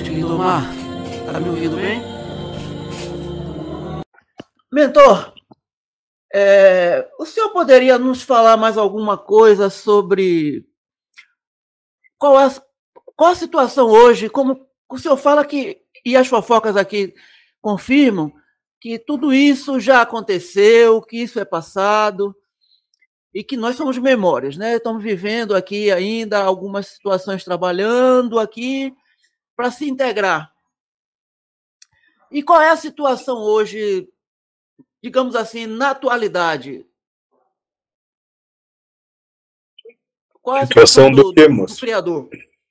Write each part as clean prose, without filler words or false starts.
noite, Lindomar. Tá me ouvindo bem? Mentor, o senhor poderia nos falar mais alguma coisa sobre qual a situação hoje? Como o senhor fala que, e as fofocas aqui confirmam, que tudo isso já aconteceu, que isso é passado, e que nós somos memórias, né? Estamos vivendo aqui ainda algumas situações, trabalhando aqui para se integrar. E qual é a situação hoje, digamos assim, na atualidade? Qual é a situação do criador?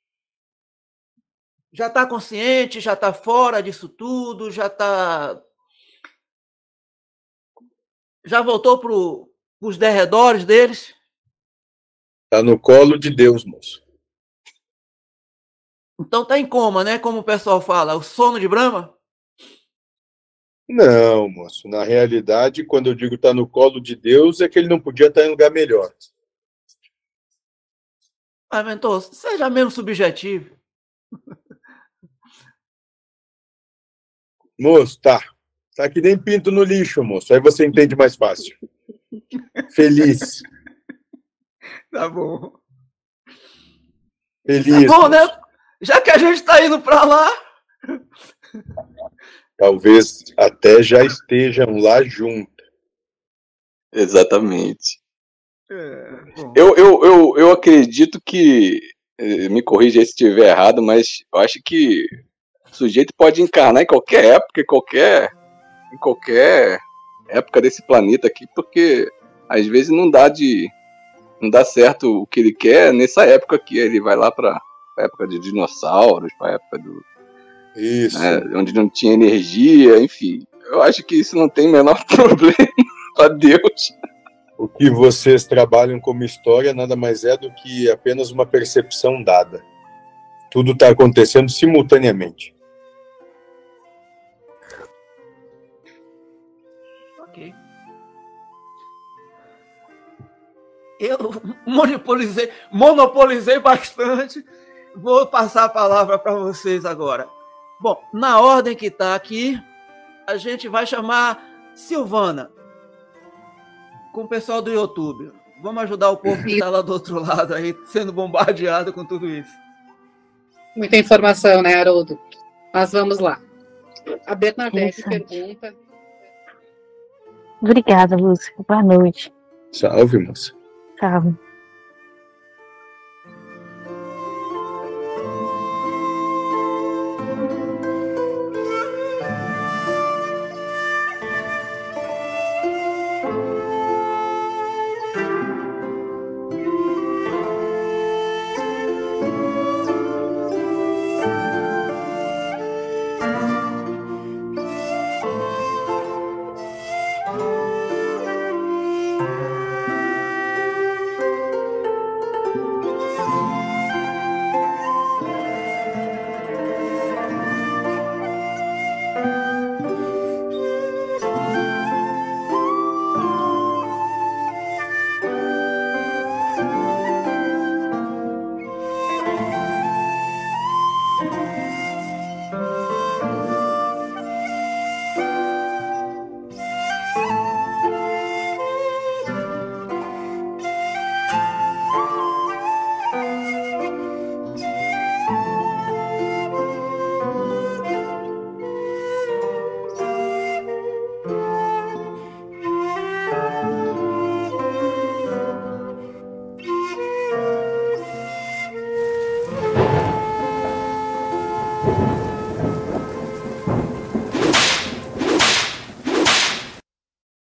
Já está consciente, já está fora disso tudo, já voltou para os derredores deles? Está no colo de Deus, moço. Então está em coma, né? Como o pessoal fala, o sono de Brahma? Não, moço. Na realidade, quando eu digo está no colo de Deus, é que ele não podia estar em lugar melhor. Ah, mentor, seja menos subjetivo. Moço, tá. Tá que nem pinto no lixo, moço. Aí você entende mais fácil. Feliz. Tá bom. Feliz. Tá bom, moço, né? Já que a gente tá indo para lá. Talvez até já estejam lá junto. Exatamente. Eu acredito que, me corrija aí se estiver errado, mas eu acho que o sujeito pode encarnar em qualquer época, em qualquer época desse planeta aqui, porque às vezes não dá certo o que ele quer nessa época aqui. Ele vai lá para a época de dinossauros, para a época do isso, onde não tinha energia, enfim. Eu acho que isso não tem o menor problema para Deus. O que vocês trabalham como história nada mais é do que apenas uma percepção dada. Tudo está acontecendo simultaneamente. Ok. Eu monopolizei bastante. Vou passar a palavra para vocês agora. Bom, na ordem que está aqui, a gente vai chamar Silvana, com o pessoal do YouTube. Vamos ajudar o povo que está lá do outro lado aí, sendo bombardeado com tudo isso. Muita informação, né, Haroldo? Mas vamos lá. A Bernadette pergunta... Obrigada, Lúcia. Boa noite. Salve, moça. Salve.